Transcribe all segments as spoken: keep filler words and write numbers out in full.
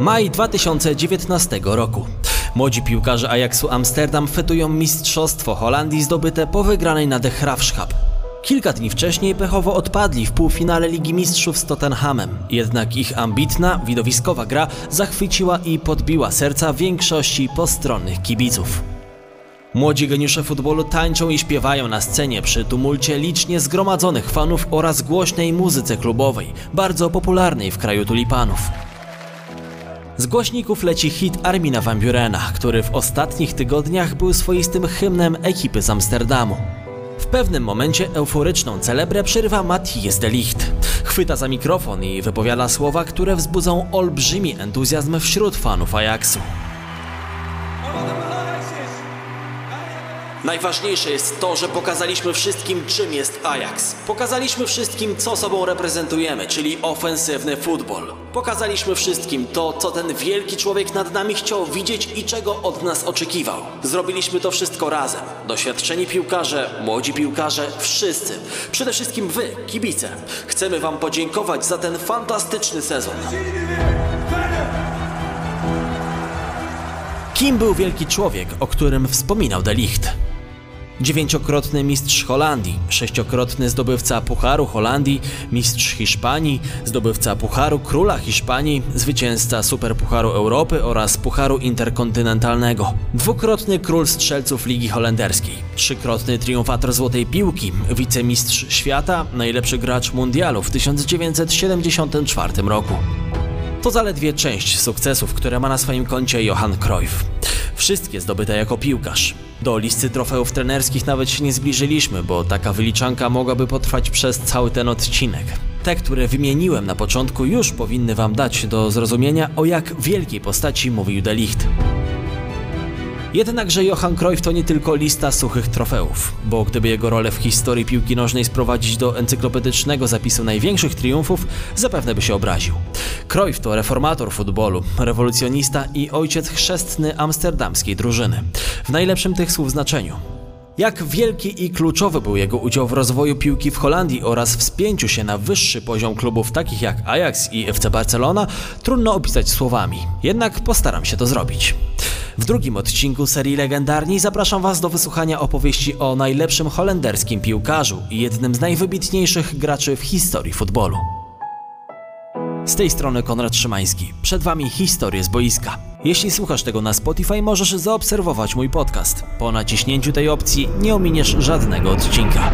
Maj dwa tysiące dziewiętnastego roku. Młodzi piłkarze Ajaxu Amsterdam fetują mistrzostwo Holandii zdobyte po wygranej na De Graafschap. Kilka dni wcześniej pechowo odpadli w półfinale Ligi Mistrzów z Tottenhamem, jednak ich ambitna, widowiskowa gra zachwyciła i podbiła serca większości postronnych kibiców. Młodzi geniusze futbolu tańczą i śpiewają na scenie przy tumulcie licznie zgromadzonych fanów oraz głośnej muzyce klubowej, bardzo popularnej w kraju tulipanów. Z głośników leci hit Armina van Burena, który w ostatnich tygodniach był swoistym hymnem ekipy z Amsterdamu. W pewnym momencie euforyczną celebrę przerywa Matthijs de Ligt. Chwyta za mikrofon i wypowiada słowa, które wzbudzą olbrzymi entuzjazm wśród fanów Ajaxu. Najważniejsze jest to, że pokazaliśmy wszystkim, czym jest Ajax. Pokazaliśmy wszystkim, co sobą reprezentujemy, czyli ofensywny futbol. Pokazaliśmy wszystkim to, co ten wielki człowiek nad nami chciał widzieć i czego od nas oczekiwał. Zrobiliśmy to wszystko razem. Doświadczeni piłkarze, młodzi piłkarze, wszyscy. Przede wszystkim wy, kibice. Chcemy wam podziękować za ten fantastyczny sezon. Kim był wielki człowiek, o którym wspominał de Ligt? Dziewięciokrotny mistrz Holandii, sześciokrotny zdobywca Pucharu Holandii, mistrz Hiszpanii, zdobywca Pucharu Króla Hiszpanii, zwycięzca Superpucharu Europy oraz Pucharu Interkontynentalnego, dwukrotny król strzelców Ligi Holenderskiej, trzykrotny triumfator Złotej Piłki, wicemistrz świata, najlepszy gracz mundialu w tysiąc dziewięćset siedemdziesiątym czwartym roku. To zaledwie część sukcesów, które ma na swoim koncie Johan Cruyff. Wszystkie zdobyte jako piłkarz. Do listy trofeów trenerskich nawet się nie zbliżyliśmy, bo taka wyliczanka mogłaby potrwać przez cały ten odcinek. Te, które wymieniłem na początku, już powinny wam dać do zrozumienia, o jak wielkiej postaci mówił de Ligt. Jednakże Johan Cruyff to nie tylko lista suchych trofeów, bo gdyby jego rolę w historii piłki nożnej sprowadzić do encyklopedycznego zapisu największych triumfów, zapewne by się obraził. Cruyff to reformator futbolu, rewolucjonista i ojciec chrzestny amsterdamskiej drużyny, w najlepszym tych słów znaczeniu. Jak wielki i kluczowy był jego udział w rozwoju piłki w Holandii oraz wspięciu się na wyższy poziom klubów takich jak Ajax i F C Barcelona, trudno opisać słowami, jednak postaram się to zrobić. W drugim odcinku serii Legendarni zapraszam was do wysłuchania opowieści o najlepszym holenderskim piłkarzu i jednym z najwybitniejszych graczy w historii futbolu. Z tej strony Konrad Szymański. Przed wami historie z boiska. Jeśli słuchasz tego na Spotify, możesz zaobserwować mój podcast. Po naciśnięciu tej opcji nie ominiesz żadnego odcinka.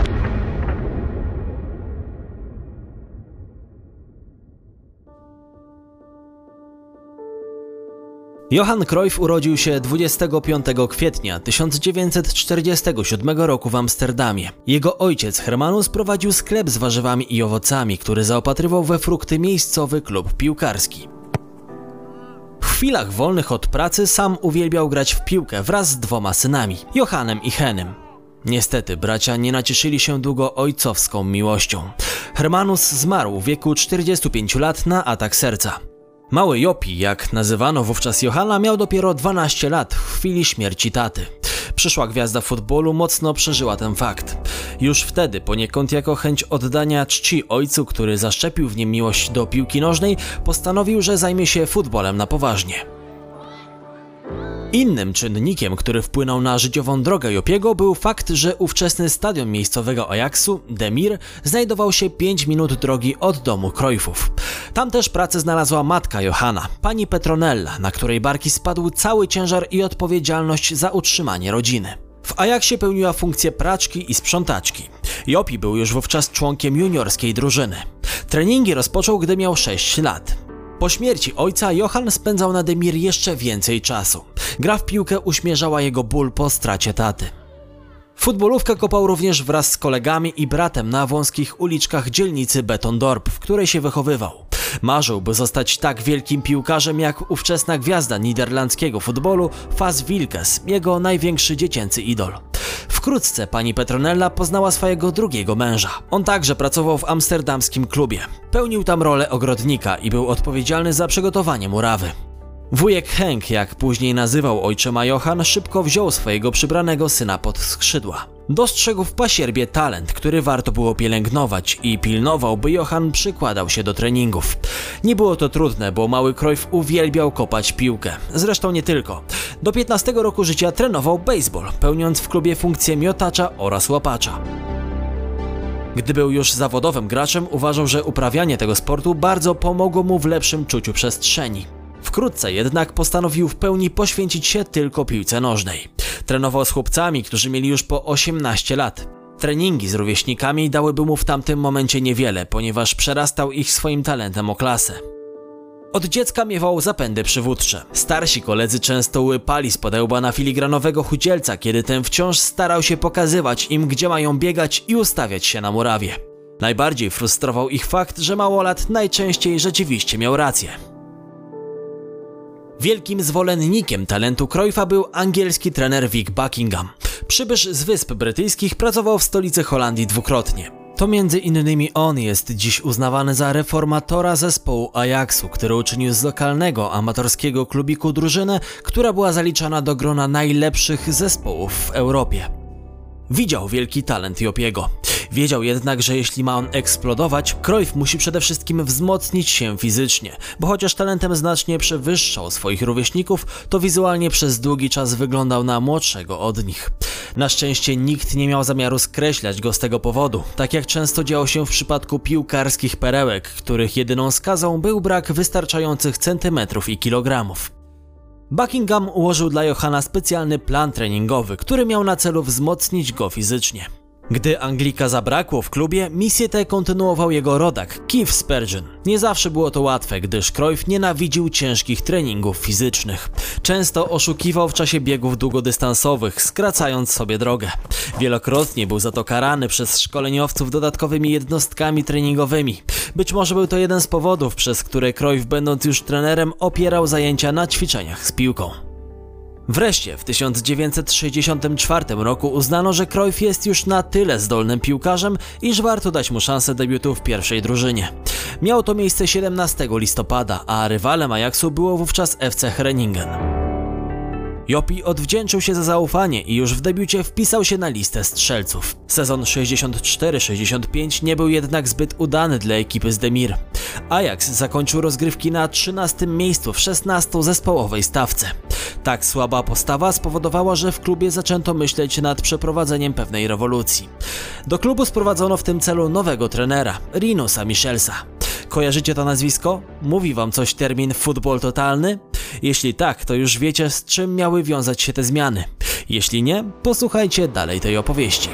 Johan Cruyff urodził się dwudziestego piątego kwietnia tysiąc dziewięćset czterdziestego siódmego roku w Amsterdamie. Jego ojciec Hermanus prowadził sklep z warzywami i owocami, który zaopatrywał we frukty miejscowy klub piłkarski. W chwilach wolnych od pracy sam uwielbiał grać w piłkę wraz z dwoma synami, Johannem i Henem. Niestety bracia nie nacieszyli się długo ojcowską miłością. Hermanus zmarł w wieku czterdziestu pięciu lat na atak serca. Mały Jopi, jak nazywano wówczas Johana, miał dopiero dwanaście lat w chwili śmierci taty. Przyszła gwiazda futbolu mocno przeżyła ten fakt. Już wtedy, poniekąd jako chęć oddania czci ojcu, który zaszczepił w nim miłość do piłki nożnej, postanowił, że zajmie się futbolem na poważnie. Innym czynnikiem, który wpłynął na życiową drogę Jopiego, był fakt, że ówczesny stadion miejscowego Ajaxu, De Meer, znajdował się pięć minut drogi od domu Cruyffów. Tam też pracę znalazła matka Johana, pani Petronella, na której barki spadł cały ciężar i odpowiedzialność za utrzymanie rodziny. W Ajaxie pełniła funkcję praczki i sprzątaczki. Jopi był już wówczas członkiem juniorskiej drużyny. Treningi rozpoczął, gdy miał sześć lat. Po śmierci ojca Johan spędzał na De Meer jeszcze więcej czasu. Gra w piłkę uśmierzała jego ból po stracie taty. Futbolówkę kopał również wraz z kolegami i bratem na wąskich uliczkach dzielnicy Betondorp, w której się wychowywał. Marzył, by zostać tak wielkim piłkarzem jak ówczesna gwiazda niderlandzkiego futbolu Fas Wilkes, jego największy dziecięcy idol. Wkrótce pani Petronella poznała swojego drugiego męża. On także pracował w amsterdamskim klubie. Pełnił tam rolę ogrodnika i był odpowiedzialny za przygotowanie murawy. Wujek Henk, jak później nazywał ojczyma Johan, szybko wziął swojego przybranego syna pod skrzydła. Dostrzegł w pasierbie talent, który warto było pielęgnować i pilnował, by Johan przykładał się do treningów. Nie było to trudne, bo mały Cruyff uwielbiał kopać piłkę. Zresztą nie tylko. Do piętnastego roku życia trenował baseball, pełniąc w klubie funkcję miotacza oraz łapacza. Gdy był już zawodowym graczem, uważał, że uprawianie tego sportu bardzo pomogło mu w lepszym czuciu przestrzeni. Wkrótce jednak postanowił w pełni poświęcić się tylko piłce nożnej. Trenował z chłopcami, którzy mieli już po osiemnaście lat. Treningi z rówieśnikami dałyby mu w tamtym momencie niewiele, ponieważ przerastał ich swoim talentem o klasę. Od dziecka miewał zapędy przywódcze. Starsi koledzy często łypali z podełba filigranowego chudzielca, kiedy ten wciąż starał się pokazywać im, gdzie mają biegać i ustawiać się na murawie. Najbardziej frustrował ich fakt, że małolat najczęściej rzeczywiście miał rację. Wielkim zwolennikiem talentu Cruyffa był angielski trener Vic Buckingham. Przybysz z Wysp Brytyjskich, pracował w stolicy Holandii dwukrotnie. To między innymi on jest dziś uznawany za reformatora zespołu Ajaxu, który uczynił z lokalnego, amatorskiego klubiku drużynę, która była zaliczana do grona najlepszych zespołów w Europie. Widział wielki talent Jopiego. Wiedział jednak, że jeśli ma on eksplodować, Cruyff musi przede wszystkim wzmocnić się fizycznie, bo chociaż talentem znacznie przewyższał swoich rówieśników, to wizualnie przez długi czas wyglądał na młodszego od nich. Na szczęście nikt nie miał zamiaru skreślać go z tego powodu, tak jak często działo się w przypadku piłkarskich perełek, których jedyną skazą był brak wystarczających centymetrów i kilogramów. Buckingham ułożył dla Johana specjalny plan treningowy, który miał na celu wzmocnić go fizycznie. Gdy Anglika zabrakło w klubie, misję tę kontynuował jego rodak, Keith Spurgeon. Nie zawsze było to łatwe, gdyż Cruyff nienawidził ciężkich treningów fizycznych. Często oszukiwał w czasie biegów długodystansowych, skracając sobie drogę. Wielokrotnie był za to karany przez szkoleniowców dodatkowymi jednostkami treningowymi. Być może był to jeden z powodów, przez które Cruyff, będąc już trenerem, opierał zajęcia na ćwiczeniach z piłką. Wreszcie w tysiąc dziewięćset sześćdziesiątym czwartym roku uznano, że Cruyff jest już na tyle zdolnym piłkarzem, iż warto dać mu szansę debiutu w pierwszej drużynie. Miało to miejsce siedemnastego listopada, a rywalem Ajaxu było wówczas F C Groningen. Jopi odwdzięczył się za zaufanie i już w debiucie wpisał się na listę strzelców. Sezon sześćdziesiąt cztery sześćdziesiąt pięć nie był jednak zbyt udany dla ekipy z Demir. Ajax zakończył rozgrywki na trzynastym miejscu w szesnastozespołowej stawce. Tak słaba postawa spowodowała, że w klubie zaczęto myśleć nad przeprowadzeniem pewnej rewolucji. Do klubu sprowadzono w tym celu nowego trenera, Rinus'a Michelsa. Kojarzycie to nazwisko? Mówi wam coś termin futbol totalny? Jeśli tak, to już wiecie, z czym miały wiązać się te zmiany. Jeśli nie, posłuchajcie dalej tej opowieści.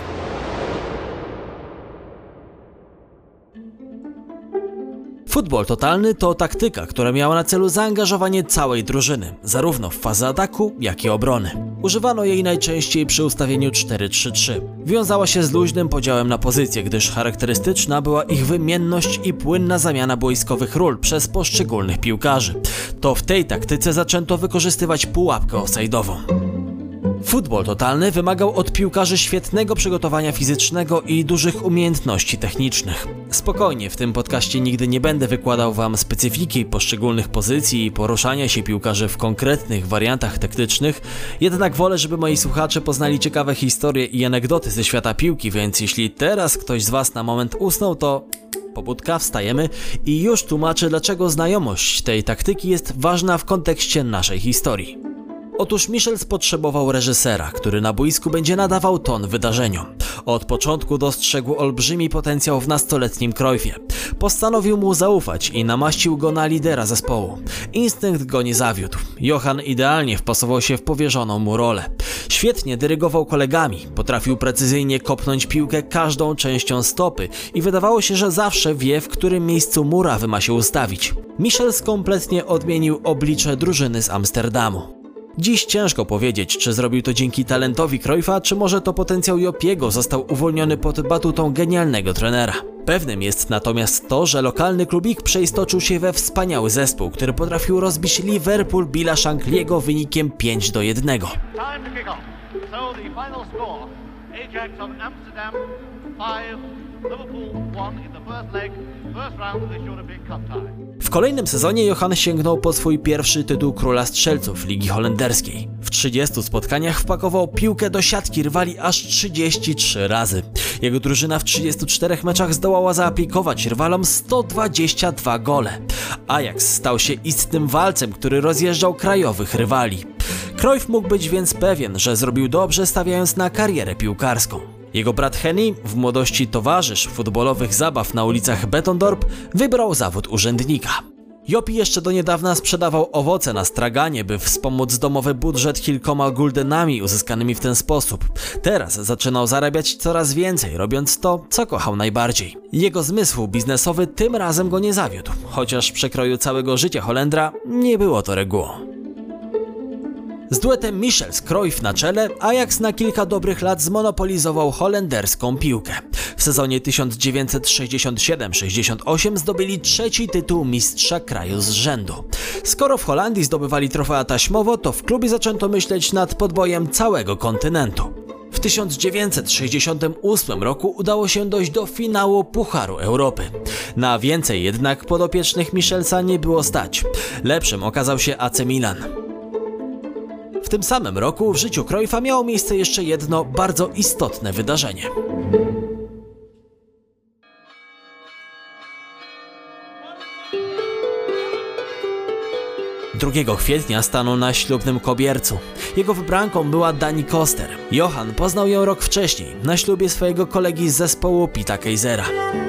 Futbol totalny to taktyka, która miała na celu zaangażowanie całej drużyny, zarówno w fazę ataku, jak i obrony. Używano jej najczęściej przy ustawieniu cztery trzy trzy. Wiązała się z luźnym podziałem na pozycje, gdyż charakterystyczna była ich wymienność i płynna zamiana boiskowych ról przez poszczególnych piłkarzy. To w tej taktyce zaczęto wykorzystywać pułapkę offside'ową. Futbol totalny wymagał od piłkarzy świetnego przygotowania fizycznego i dużych umiejętności technicznych. Spokojnie, w tym podcaście nigdy nie będę wykładał wam specyfiki poszczególnych pozycji i poruszania się piłkarzy w konkretnych wariantach taktycznych, jednak wolę, żeby moi słuchacze poznali ciekawe historie i anegdoty ze świata piłki, więc jeśli teraz ktoś z was na moment usnął, to pobudka, wstajemy i już tłumaczę, dlaczego znajomość tej taktyki jest ważna w kontekście naszej historii. Otóż Michels potrzebował reżysera, który na boisku będzie nadawał ton wydarzeniom. Od początku dostrzegł olbrzymi potencjał w nastoletnim Cruyffie. Postanowił mu zaufać i namaścił go na lidera zespołu. Instynkt go nie zawiódł. Johan idealnie wpasował się w powierzoną mu rolę. Świetnie dyrygował kolegami, potrafił precyzyjnie kopnąć piłkę każdą częścią stopy i wydawało się, że zawsze wie, w którym miejscu murawy ma się ustawić. Michels kompletnie odmienił oblicze drużyny z Amsterdamu. Dziś ciężko powiedzieć, czy zrobił to dzięki talentowi Cruyffa, czy może to potencjał Jopiego został uwolniony pod batutą genialnego trenera. Pewnym jest natomiast to, że lokalny klubik przeistoczył się we wspaniały zespół, który potrafił rozbić Liverpool Billa Shankly'ego wynikiem pięć do jednego. So the final score, Ajax of Amsterdam five, W kolejnym sezonie Johan sięgnął po swój pierwszy tytuł króla strzelców Ligi Holenderskiej. W trzydziestu spotkaniach wpakował piłkę do siatki rywali aż trzydzieści trzy razy. Jego drużyna w trzydziestu czterech meczach zdołała zaaplikować rywalom sto dwadzieścia dwa gole. Ajax stał się istnym walcem, który rozjeżdżał krajowych rywali. Cruyff mógł być więc pewien, że zrobił dobrze, stawiając na karierę piłkarską. Jego brat Henny, w młodości towarzysz futbolowych zabaw na ulicach Betondorp, wybrał zawód urzędnika. Jopi jeszcze do niedawna sprzedawał owoce na straganie, by wspomóc domowy budżet kilkoma guldenami uzyskanymi w ten sposób. Teraz zaczynał zarabiać coraz więcej, robiąc to, co kochał najbardziej. Jego zmysł biznesowy tym razem go nie zawiódł, chociaż w przekroju całego życia Holendra nie było to regułą. Z duetem Michels-Cruyff na czele Ajax na kilka dobrych lat zmonopolizował holenderską piłkę. W sezonie tysiąc dziewięćset sześćdziesiąt siedem sześćdziesiąt osiem zdobyli trzeci tytuł mistrza kraju z rzędu. Skoro w Holandii zdobywali trofea taśmowo, to w klubie zaczęto myśleć nad podbojem całego kontynentu. W tysiąc dziewięćset sześćdziesiątym ósmym roku udało się dojść do finału Pucharu Europy. Na więcej jednak podopiecznych Michelsa nie było stać. Lepszym okazał się A C Milan. W tym samym roku w życiu Cruyffa miało miejsce jeszcze jedno bardzo istotne wydarzenie. drugiego kwietnia stanął na ślubnym kobiercu. Jego wybranką była Dani Koster. Johan poznał ją rok wcześniej, na ślubie swojego kolegi z zespołu Pita Keizera.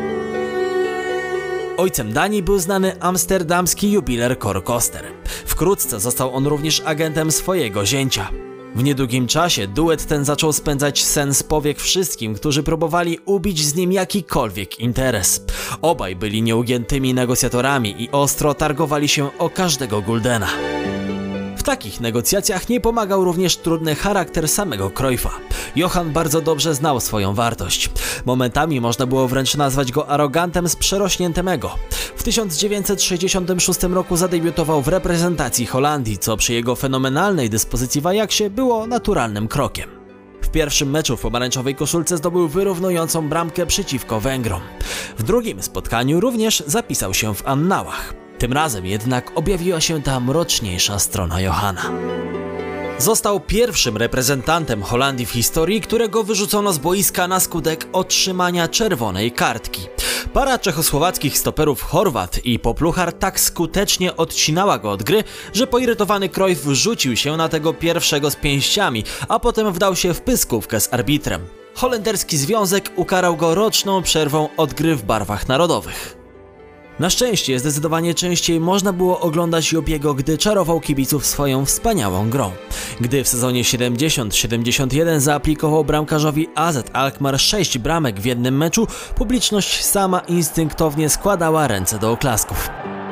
Ojcem Dani był znany amsterdamski jubiler Cor Koster. Wkrótce został on również agentem swojego zięcia. W niedługim czasie duet ten zaczął spędzać sen z powiek wszystkim, którzy próbowali ubić z nim jakikolwiek interes. Obaj byli nieugiętymi negocjatorami i ostro targowali się o każdego guldena. W takich negocjacjach nie pomagał również trudny charakter samego Cruyffa. Johan bardzo dobrze znał swoją wartość. Momentami można było wręcz nazwać go arogantem z przerośniętym ego. W tysiąc dziewięćset sześćdziesiątym szóstym roku zadebiutował w reprezentacji Holandii, co przy jego fenomenalnej dyspozycji w Ajaxie było naturalnym krokiem. W pierwszym meczu w pomarańczowej koszulce zdobył wyrównującą bramkę przeciwko Węgrom. W drugim spotkaniu również zapisał się w annałach. Tym razem jednak objawiła się ta mroczniejsza strona Johana. Został pierwszym reprezentantem Holandii w historii, którego wyrzucono z boiska na skutek otrzymania czerwonej kartki. Para czechosłowackich stoperów Horvat i Popluchar tak skutecznie odcinała go od gry, że poirytowany Cruyff rzucił się na tego pierwszego z pięściami, a potem wdał się w pyskówkę z arbitrem. Holenderski związek ukarał go roczną przerwą od gry w barwach narodowych. Na szczęście zdecydowanie częściej można było oglądać Jopiego, gdy czarował kibiców swoją wspaniałą grą. Gdy w sezonie siedemdziesiąt siedemdziesiąt jeden zaaplikował bramkarzowi A Z Alkmaar sześć bramek w jednym meczu, publiczność sama instynktownie składała ręce do oklasków.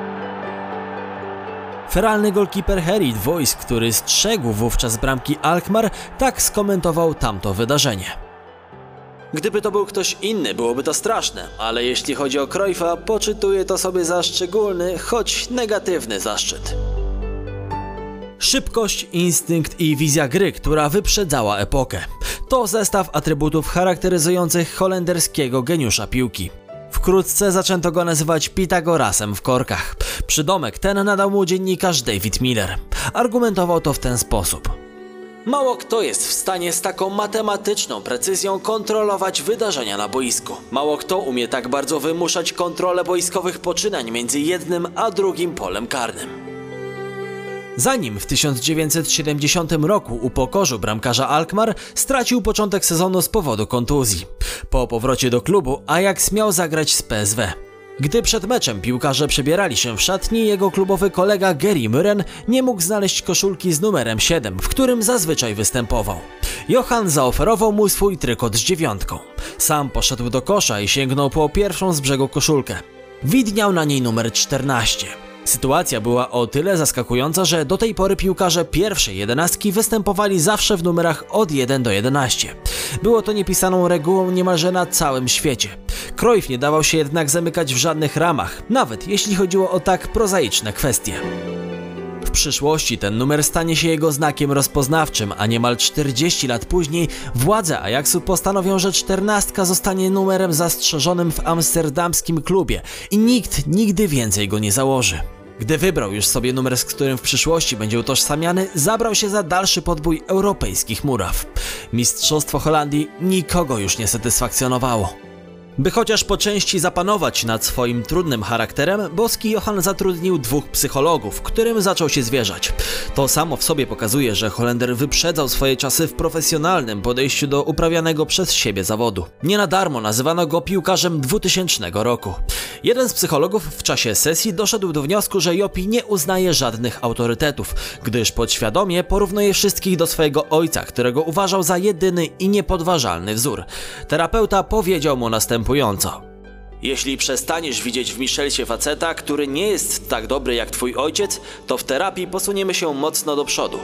Feralny golkiper Harry Voice, który strzegł wówczas bramki Alkmaar, tak skomentował tamto wydarzenie. Gdyby to był ktoś inny, byłoby to straszne, ale jeśli chodzi o Cruyffa, poczytuję to sobie za szczególny, choć negatywny zaszczyt. Szybkość, instynkt i wizja gry, która wyprzedzała epokę. To zestaw atrybutów charakteryzujących holenderskiego geniusza piłki. Wkrótce zaczęto go nazywać Pitagorasem w korkach. Przydomek ten nadał mu dziennikarz David Miller. Argumentował to w ten sposób. Mało kto jest w stanie z taką matematyczną precyzją kontrolować wydarzenia na boisku. Mało kto umie tak bardzo wymuszać kontrolę boiskowych poczynań między jednym a drugim polem karnym. Zanim w tysiąc dziewięćset siedemdziesiątym roku upokorzył bramkarza Alkmaar, stracił początek sezonu z powodu kontuzji. Po powrocie do klubu Ajax miał zagrać z P S V. Gdy przed meczem piłkarze przebierali się w szatni, jego klubowy kolega Gary Muren nie mógł znaleźć koszulki z numerem siedem, w którym zazwyczaj występował. Johan zaoferował mu swój trykot z dziewiątką. Sam poszedł do kosza i sięgnął po pierwszą z brzegu koszulkę. Widniał na niej numer czternaście. Sytuacja była o tyle zaskakująca, że do tej pory piłkarze pierwszej jedenastki występowali zawsze w numerach od jeden do jedenastu. Było to niepisaną regułą niemalże na całym świecie. Cruyff nie dawał się jednak zamykać w żadnych ramach, nawet jeśli chodziło o tak prozaiczne kwestie. W przyszłości ten numer stanie się jego znakiem rozpoznawczym, a niemal czterdzieści lat później władze Ajaxu postanowią, że czternastka zostanie numerem zastrzeżonym w amsterdamskim klubie i nikt nigdy więcej go nie założy. Gdy wybrał już sobie numer, z którym w przyszłości będzie utożsamiany, zabrał się za dalszy podbój europejskich muraw. Mistrzostwo Holandii nikogo już nie satysfakcjonowało. By chociaż po części zapanować nad swoim trudnym charakterem, boski Johan zatrudnił dwóch psychologów, którym zaczął się zwierzać. To samo w sobie pokazuje, że Holender wyprzedzał swoje czasy w profesjonalnym podejściu do uprawianego przez siebie zawodu. Nie na darmo nazywano go piłkarzem dwutysięcznego roku. Jeden z psychologów w czasie sesji doszedł do wniosku, że Jopi nie uznaje żadnych autorytetów, gdyż podświadomie porównuje wszystkich do swojego ojca, którego uważał za jedyny i niepodważalny wzór. Terapeuta powiedział mu następująco: jeśli przestaniesz widzieć w Michelsie faceta, który nie jest tak dobry jak twój ojciec, to w terapii posuniemy się mocno do przodu.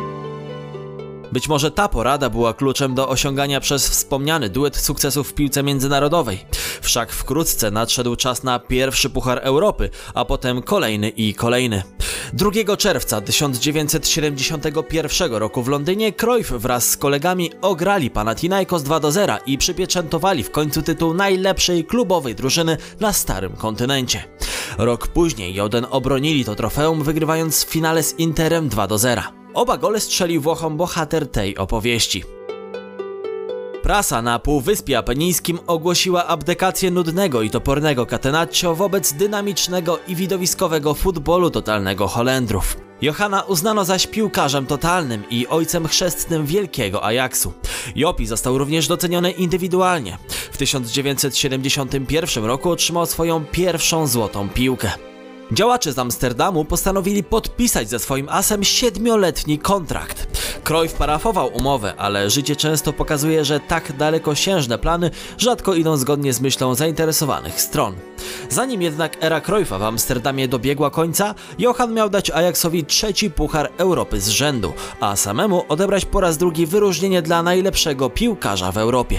Być może ta porada była kluczem do osiągania przez wspomniany duet sukcesów w piłce międzynarodowej. Wszak wkrótce nadszedł czas na pierwszy Puchar Europy, a potem kolejny i kolejny. drugiego czerwca tysiąc dziewięćset siedemdziesiątego pierwszego roku w Londynie Cruyff wraz z kolegami ograli Panathinaikos dwa do zera i przypieczętowali w końcu tytuł najlepszej klubowej drużyny na starym kontynencie. Rok później Joden obronili to trofeum, wygrywając w finale z Interem dwa do zera. Oba gole strzelił Włochom bohater tej opowieści. Prasa na Półwyspie Apenińskim ogłosiła abdykację nudnego i topornego Catenaccio wobec dynamicznego i widowiskowego futbolu totalnego Holendrów. Johana uznano zaś piłkarzem totalnym i ojcem chrzestnym wielkiego Ajaxu. Jopi został również doceniony indywidualnie. W tysiąc dziewięćset siedemdziesiątym pierwszym roku otrzymał swoją pierwszą złotą piłkę. Działacze z Amsterdamu postanowili podpisać ze swoim asem siedmioletni kontrakt. Cruyff parafował umowę, ale życie często pokazuje, że tak dalekosiężne plany rzadko idą zgodnie z myślą zainteresowanych stron. Zanim jednak era Cruyffa w Amsterdamie dobiegła końca, Johan miał dać Ajaxowi trzeci Puchar Europy z rzędu, a samemu odebrać po raz drugi wyróżnienie dla najlepszego piłkarza w Europie.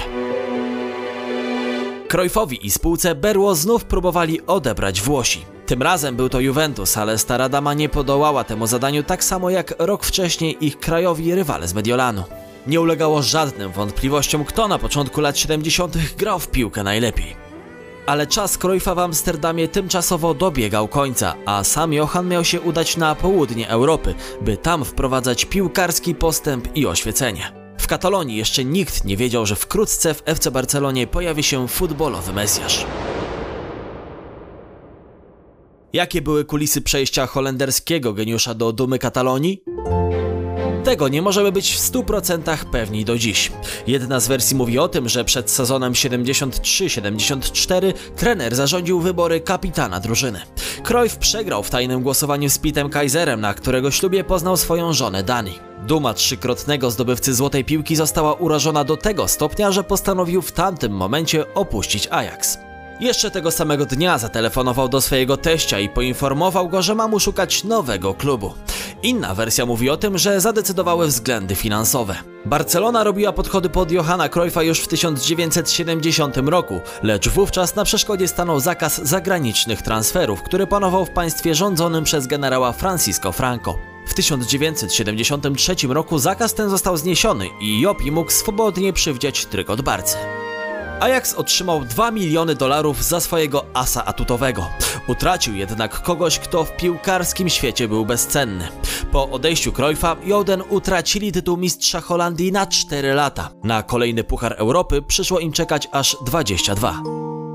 Cruyffowi i spółce berło znów próbowali odebrać Włosi. Tym razem był to Juventus, ale stara dama nie podołała temu zadaniu tak samo jak rok wcześniej ich krajowi rywale z Mediolanu. Nie ulegało żadnym wątpliwościom, kto na początku lat siedemdziesiątych grał w piłkę najlepiej. Ale czas Cruyffa w Amsterdamie tymczasowo dobiegał końca, a sam Johan miał się udać na południe Europy, by tam wprowadzać piłkarski postęp i oświecenie. W Katalonii jeszcze nikt nie wiedział, że wkrótce w F C Barcelonie pojawi się futbolowy mesjasz. Jakie były kulisy przejścia holenderskiego geniusza do dumy Katalonii? Tego nie możemy być w stu procentach pewni do dziś. Jedna z wersji mówi o tym, że przed sezonem siedemdziesiąt trzy siedemdziesiąt cztery trener zarządził wybory kapitana drużyny. Cruyff przegrał w tajnym głosowaniu z Pitem Kaiserem, na którego ślubie poznał swoją żonę Dani. Duma trzykrotnego zdobywcy złotej piłki została urażona do tego stopnia, że postanowił w tamtym momencie opuścić Ajax. Jeszcze tego samego dnia zatelefonował do swojego teścia i poinformował go, że ma mu szukać nowego klubu. Inna wersja mówi o tym, że zadecydowały względy finansowe. Barcelona robiła podchody pod Johana Cruyffa już w tysiąc dziewięćset siedemdziesiątym roku, lecz wówczas na przeszkodzie stanął zakaz zagranicznych transferów, który panował w państwie rządzonym przez generała Francisco Franco. W tysiąc dziewięćset siedemdziesiątym trzecim roku zakaz ten został zniesiony i Jopi mógł swobodnie przywdziać trykot Barcy. Ajax otrzymał dwa miliony dolarów za swojego asa atutowego. Utracił jednak kogoś, kto w piłkarskim świecie był bezcenny. Po odejściu Cruyffa Joden utracili tytuł mistrza Holandii na cztery lata. Na kolejny Puchar Europy przyszło im czekać aż dwadzieścia dwa.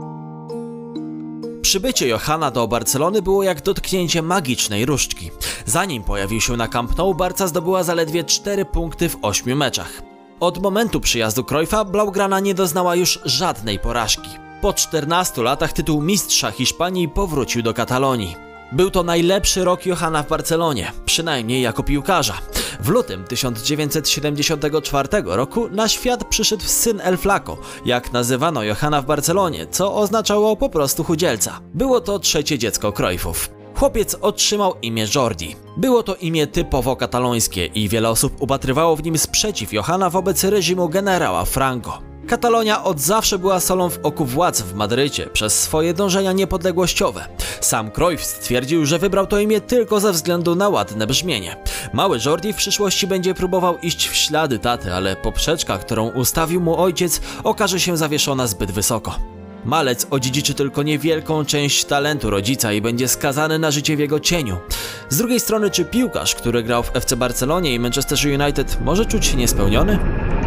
Przybycie Johana do Barcelony było jak dotknięcie magicznej różdżki. Zanim pojawił się na Camp Nou, Barca zdobyła zaledwie cztery punkty w ośmiu meczach. Od momentu przyjazdu Cruyffa Blaugrana nie doznała już żadnej porażki. Po czternastu latach tytuł mistrza Hiszpanii powrócił do Katalonii. Był to najlepszy rok Johana w Barcelonie, przynajmniej jako piłkarza. W lutym tysiąc dziewięćset siedemdziesiątego czwartego roku na świat przyszedł syn El Flaco, jak nazywano Johana w Barcelonie, co oznaczało po prostu chudzielca. Było to trzecie dziecko Cruyffów. Chłopiec otrzymał imię Jordi. Było to imię typowo katalońskie i wiele osób upatrywało w nim sprzeciw Johana wobec reżimu generała Franco. Katalonia od zawsze była solą w oku władz w Madrycie przez swoje dążenia niepodległościowe. Sam Cruyff stwierdził, że wybrał to imię tylko ze względu na ładne brzmienie. Mały Jordi w przyszłości będzie próbował iść w ślady taty, ale poprzeczka, którą ustawił mu ojciec, okaże się zawieszona zbyt wysoko. Malec odziedziczy tylko niewielką część talentu rodzica i będzie skazany na życie w jego cieniu. Z drugiej strony, czy piłkarz, który grał w F C Barcelonie i Manchester United, może czuć się niespełniony?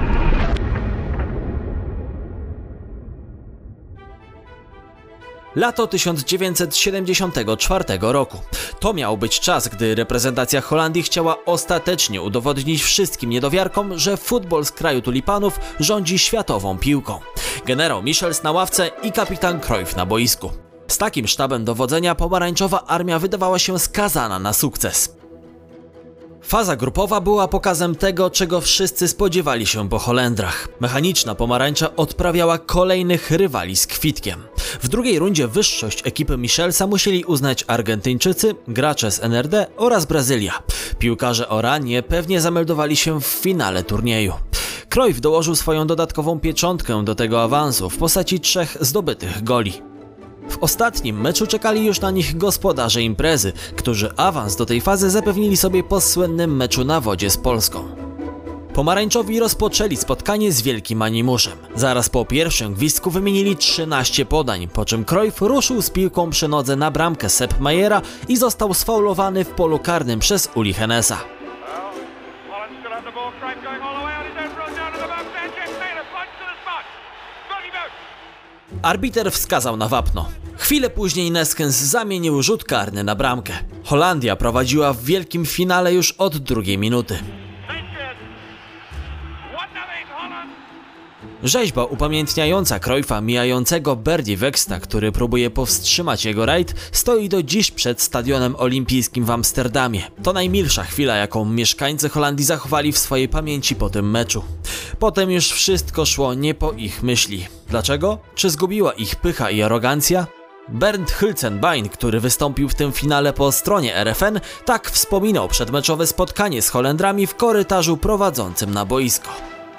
Lato tysiąc dziewięćset siedemdziesiątego czwartego roku. To miał być czas, gdy reprezentacja Holandii chciała ostatecznie udowodnić wszystkim niedowiarkom, że futbol z kraju tulipanów rządzi światową piłką. Generał Michels na ławce i kapitan Cruyff na boisku. Z takim sztabem dowodzenia pomarańczowa armia wydawała się skazana na sukces. Faza grupowa była pokazem tego, czego wszyscy spodziewali się po Holendrach. Mechaniczna pomarańcza odprawiała kolejnych rywali z kwitkiem. W drugiej rundzie wyższość ekipy Michelsa musieli uznać Argentyńczycy, gracze z N R D oraz Brazylia. Piłkarze Oranie pewnie zameldowali się w finale turnieju. Cruyff dołożył swoją dodatkową pieczątkę do tego awansu w postaci trzech zdobytych goli. W ostatnim meczu czekali już na nich gospodarze imprezy, którzy awans do tej fazy zapewnili sobie po słynnym meczu na wodzie z Polską. Pomarańczowi rozpoczęli spotkanie z wielkim animuszem. Zaraz po pierwszym gwizdku wymienili trzynaście podań, po czym Cruyff ruszył z piłką przy nodze na bramkę Sepp Mayera i został sfaulowany w polu karnym przez Uli Henesa. Arbiter wskazał na wapno. Chwilę później Neskens zamienił rzut karny na bramkę. Holandia prowadziła w wielkim finale już od drugiej minuty. Rzeźba upamiętniająca Cruyffa mijającego Berdy Weksta, który próbuje powstrzymać jego rajd, stoi do dziś przed Stadionem Olimpijskim w Amsterdamie. To najmilsza chwila, jaką mieszkańcy Holandii zachowali w swojej pamięci po tym meczu. Potem już wszystko szło nie po ich myśli. Dlaczego? Czy zgubiła ich pycha i arogancja? Bernd Hülsenbein, który wystąpił w tym finale po stronie R F N, tak wspominał przedmeczowe spotkanie z Holendrami w korytarzu prowadzącym na boisko.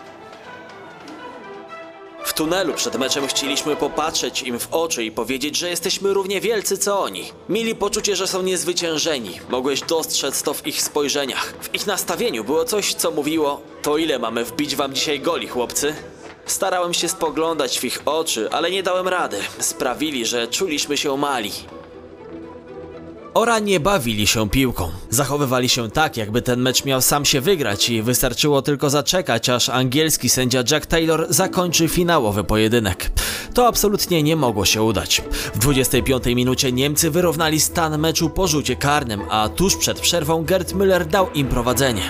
W tunelu przed meczem chcieliśmy popatrzeć im w oczy i powiedzieć, że jesteśmy równie wielcy co oni. Mieli poczucie, że są niezwyciężeni. Mogłeś dostrzec to w ich spojrzeniach. W ich nastawieniu było coś, co mówiło: to ile mamy wbić wam dzisiaj goli, chłopcy? Starałem się spoglądać w ich oczy, ale nie dałem rady. Sprawili, że czuliśmy się mali. Oranie bawili się piłką. Zachowywali się tak, jakby ten mecz miał sam się wygrać i wystarczyło tylko zaczekać, aż angielski sędzia Jack Taylor zakończy finałowy pojedynek. To absolutnie nie mogło się udać. W dwudziestej piątej minucie Niemcy wyrównali stan meczu po rzucie karnym, a tuż przed przerwą Gerd Müller dał im prowadzenie.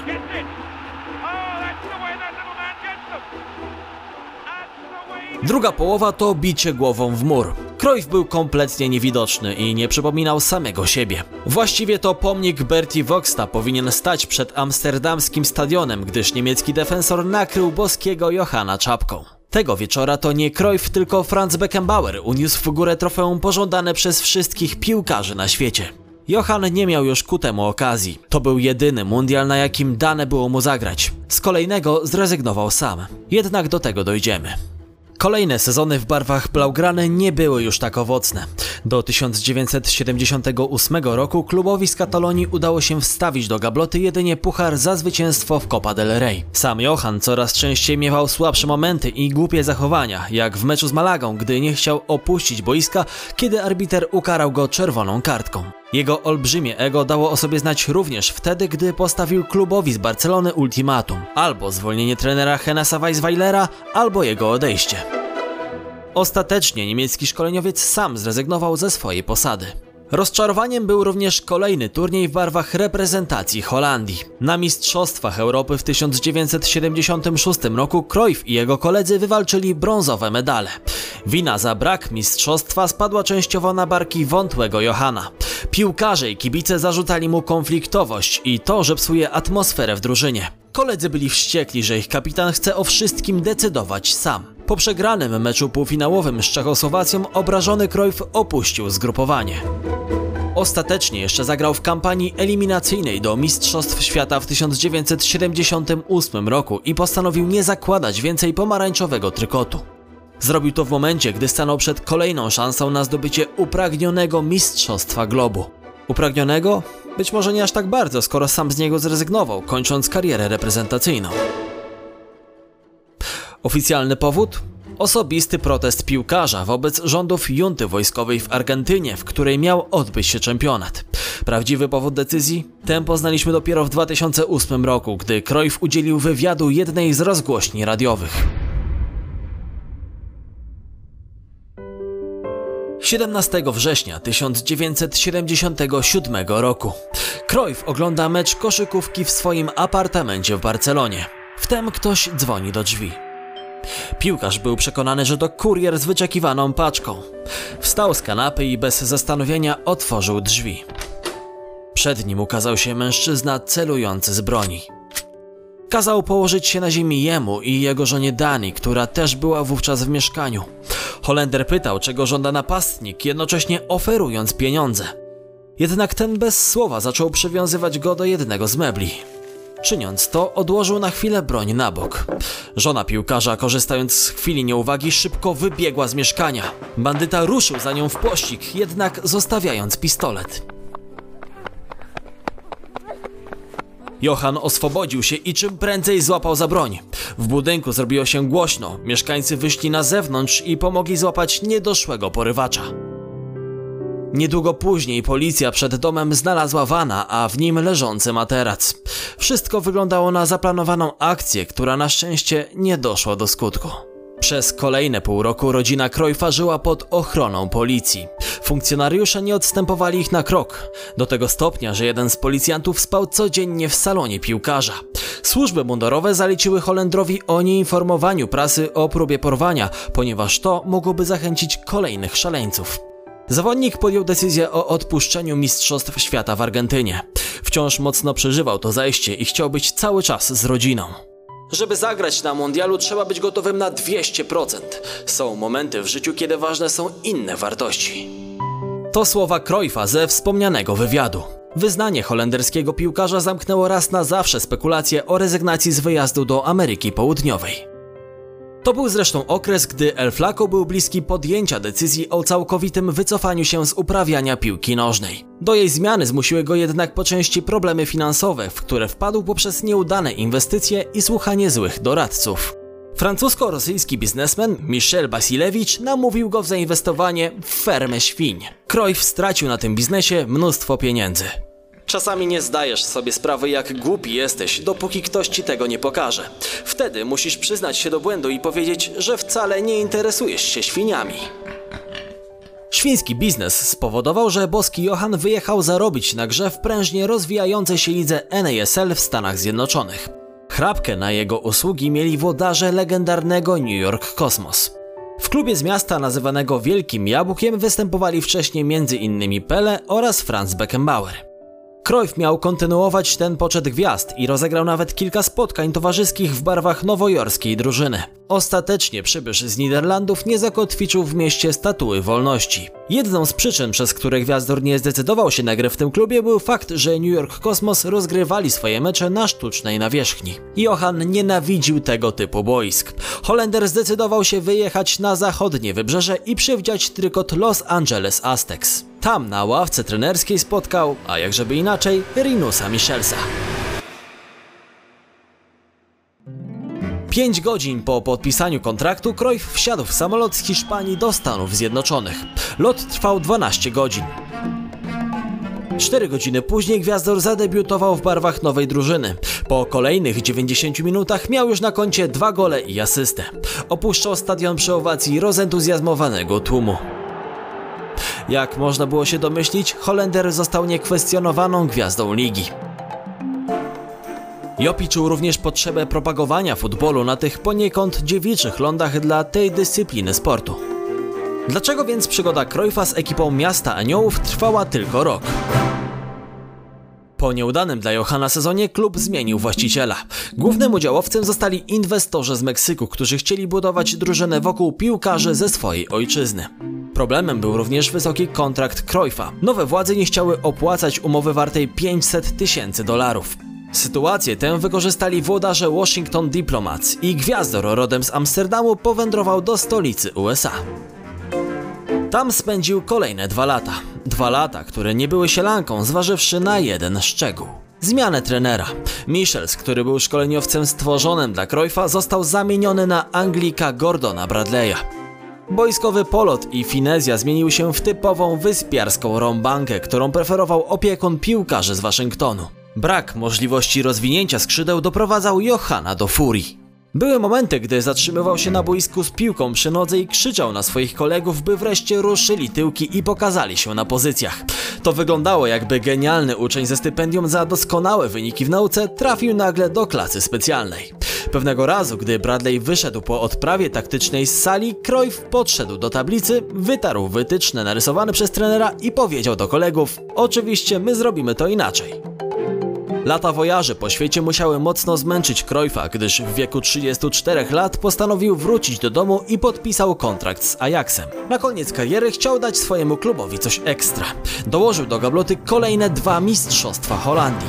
Druga połowa to bicie głową w mur. Cruyff był kompletnie niewidoczny i nie przypominał samego siebie. Właściwie to pomnik Berty Weksta powinien stać przed amsterdamskim stadionem, gdyż niemiecki defensor nakrył boskiego Johanna czapką. Tego wieczora to nie Cruyff, tylko Franz Beckenbauer uniósł w górę trofeum pożądane przez wszystkich piłkarzy na świecie. Johann nie miał już ku temu okazji. To był jedyny mundial, na jakim dane było mu zagrać. Z kolejnego zrezygnował sam. Jednak do tego dojdziemy. Kolejne sezony w barwach blaugrany nie były już tak owocne. Do tysiąc dziewięćset siedemdziesiątego ósmego roku klubowi z Katalonii udało się wstawić do gabloty jedynie puchar za zwycięstwo w Copa del Rey. Sam Johann coraz częściej miewał słabsze momenty i głupie zachowania, jak w meczu z Malagą, gdy nie chciał opuścić boiska, kiedy arbiter ukarał go czerwoną kartką. Jego olbrzymie ego dało o sobie znać również wtedy, gdy postawił klubowi z Barcelony ultimatum: albo zwolnienie trenera Hennesa Weisweilera, albo jego odejście. Ostatecznie niemiecki szkoleniowiec sam zrezygnował ze swojej posady. Rozczarowaniem był również kolejny turniej w barwach reprezentacji Holandii. Na Mistrzostwach Europy w tysiąc dziewięćset siedemdziesiątym szóstym roku Cruyff i jego koledzy wywalczyli brązowe medale. Wina za brak mistrzostwa spadła częściowo na barki wątłego Johanna. Piłkarze i kibice zarzucali mu konfliktowość i to, że psuje atmosferę w drużynie. Koledzy byli wściekli, że ich kapitan chce o wszystkim decydować sam. Po przegranym meczu półfinałowym z Czechosłowacją obrażony Cruyff opuścił zgrupowanie. Ostatecznie jeszcze zagrał w kampanii eliminacyjnej do Mistrzostw Świata w tysiąc dziewięćset siedemdziesiątym ósmym roku i postanowił nie zakładać więcej pomarańczowego trykotu. Zrobił to w momencie, gdy stanął przed kolejną szansą na zdobycie upragnionego Mistrzostwa Globu. Upragnionego? Być może nie aż tak bardzo, skoro sam z niego zrezygnował, kończąc karierę reprezentacyjną. Oficjalny powód? Osobisty protest piłkarza wobec rządów junty wojskowej w Argentynie, w której miał odbyć się czempionat. Prawdziwy powód decyzji? Ten poznaliśmy dopiero w dwa tysiące ósmym roku, gdy Cruyff udzielił wywiadu jednej z rozgłośni radiowych. siedemnastego września tysiąc dziewięćset siedemdziesiątego siódmego roku. Cruyff ogląda mecz koszykówki w swoim apartamencie w Barcelonie. Wtem ktoś dzwoni do drzwi. Piłkarz był przekonany, że to kurier z wyczekiwaną paczką. Wstał z kanapy i bez zastanowienia otworzył drzwi. Przed nim ukazał się mężczyzna celujący z broni. Kazał położyć się na ziemi jemu i jego żonie Dani, która też była wówczas w mieszkaniu. Holender pytał, czego żąda napastnik, jednocześnie oferując pieniądze. Jednak ten bez słowa zaczął przywiązywać go do jednego z mebli. Czyniąc to, odłożył na chwilę broń na bok. Żona piłkarza, korzystając z chwili nieuwagi, szybko wybiegła z mieszkania. Bandyta ruszył za nią w pościg, jednak zostawiając pistolet. Johan oswobodził się i czym prędzej złapał za broń. W budynku zrobiło się głośno, mieszkańcy wyszli na zewnątrz i pomogli złapać niedoszłego porywacza. Niedługo później policja przed domem znalazła wana, a w nim leżący materac. Wszystko wyglądało na zaplanowaną akcję, która na szczęście nie doszła do skutku. Przez kolejne pół roku rodzina Cruyffa żyła pod ochroną policji. Funkcjonariusze nie odstępowali ich na krok, do tego stopnia, że jeden z policjantów spał codziennie w salonie piłkarza. Służby mundurowe zaleciły Holendrowi o nieinformowaniu prasy o próbie porwania, ponieważ to mogłoby zachęcić kolejnych szaleńców. Zawodnik podjął decyzję o odpuszczeniu Mistrzostw Świata w Argentynie. Wciąż mocno przeżywał to zajście i chciał być cały czas z rodziną. Żeby zagrać na mundialu, trzeba być gotowym na dwieście procent. Są momenty w życiu, kiedy ważne są inne wartości. To słowa Cruyffa ze wspomnianego wywiadu. Wyznanie holenderskiego piłkarza zamknęło raz na zawsze spekulacje o rezygnacji z wyjazdu do Ameryki Południowej. To był zresztą okres, gdy El Flaco był bliski podjęcia decyzji o całkowitym wycofaniu się z uprawiania piłki nożnej. Do jej zmiany zmusiły go jednak po części problemy finansowe, w które wpadł poprzez nieudane inwestycje i słuchanie złych doradców. Francusko-rosyjski biznesmen Michel Basilewicz namówił go w zainwestowanie w fermę świń. Cruyff stracił na tym biznesie mnóstwo pieniędzy. Czasami nie zdajesz sobie sprawy, jak głupi jesteś, dopóki ktoś ci tego nie pokaże. Wtedy musisz przyznać się do błędu i powiedzieć, że wcale nie interesujesz się świniami. Świński biznes spowodował, że boski Johan wyjechał zarobić na grze w prężnie rozwijającej się lidze N A S L w Stanach Zjednoczonych. Chrapkę na jego usługi mieli włodarze legendarnego New York Cosmos. W klubie z miasta nazywanego Wielkim Jabłkiem występowali wcześniej między innymi Pele oraz Franz Beckenbauer. Cruyff miał kontynuować ten poczet gwiazd i rozegrał nawet kilka spotkań towarzyskich w barwach nowojorskiej drużyny. Ostatecznie przybysz z Niderlandów nie zakotwiczył w mieście statuły wolności. Jedną z przyczyn, przez które gwiazdor nie zdecydował się na grę w tym klubie, był fakt, że New York Cosmos rozgrywali swoje mecze na sztucznej nawierzchni. Johan nienawidził tego typu boisk. Holender zdecydował się wyjechać na zachodnie wybrzeże i przywdziać trykot Los Angeles Aztecs. Tam na ławce trenerskiej spotkał, a jakżeby inaczej, Rinusa Michelsa. Pięć godzin po podpisaniu kontraktu Cruyff wsiadł w samolot z Hiszpanii do Stanów Zjednoczonych. Lot trwał dwanaście godzin. Cztery godziny później gwiazdor zadebiutował w barwach nowej drużyny. Po kolejnych dziewięćdziesięciu minutach miał już na koncie dwa gole i asystę. Opuszczał stadion przy owacji rozentuzjazmowanego tłumu. Jak można było się domyślić, Holender został niekwestionowaną gwiazdą ligi. Jopi czuł również potrzebę propagowania futbolu na tych poniekąd dziewiczych lądach dla tej dyscypliny sportu. Dlaczego więc przygoda Cruyffa z ekipą Miasta Aniołów trwała tylko rok? Po nieudanym dla Johana sezonie klub zmienił właściciela. Głównym udziałowcem zostali inwestorzy z Meksyku, którzy chcieli budować drużynę wokół piłkarzy ze swojej ojczyzny. Problemem był również wysoki kontrakt Cruyffa. Nowe władze nie chciały opłacać umowy wartej pięćset tysięcy dolarów. Sytuację tę wykorzystali włodarze Washington Diplomats i gwiazdor rodem z Amsterdamu powędrował do stolicy U S A. Tam spędził kolejne dwa lata. Dwa lata, które nie były sielanką, zważywszy na jeden szczegół. Zmianę trenera. Michels, który był szkoleniowcem stworzonym dla Cruyffa, został zamieniony na Anglika Gordona Bradley'a. Boiskowy polot i finezja zmienił się w typową wyspiarską rąbankę, którą preferował opiekun piłkarzy z Waszyngtonu. Brak możliwości rozwinięcia skrzydeł doprowadzał Johana do furii. Były momenty, gdy zatrzymywał się na boisku z piłką przy nodze i krzyczał na swoich kolegów, by wreszcie ruszyli tyłki i pokazali się na pozycjach. To wyglądało, jakby genialny uczeń ze stypendium za doskonałe wyniki w nauce trafił nagle do klasy specjalnej. Pewnego razu, gdy Bradley wyszedł po odprawie taktycznej z sali, Cruyff podszedł do tablicy, wytarł wytyczne narysowane przez trenera i powiedział do kolegów: oczywiście my zrobimy to inaczej. Lata wojaży po świecie musiały mocno zmęczyć Cruyffa, gdyż w wieku trzydziestu czterech lat postanowił wrócić do domu i podpisał kontrakt z Ajaxem. Na koniec kariery chciał dać swojemu klubowi coś ekstra. Dołożył do gabloty kolejne dwa mistrzostwa Holandii.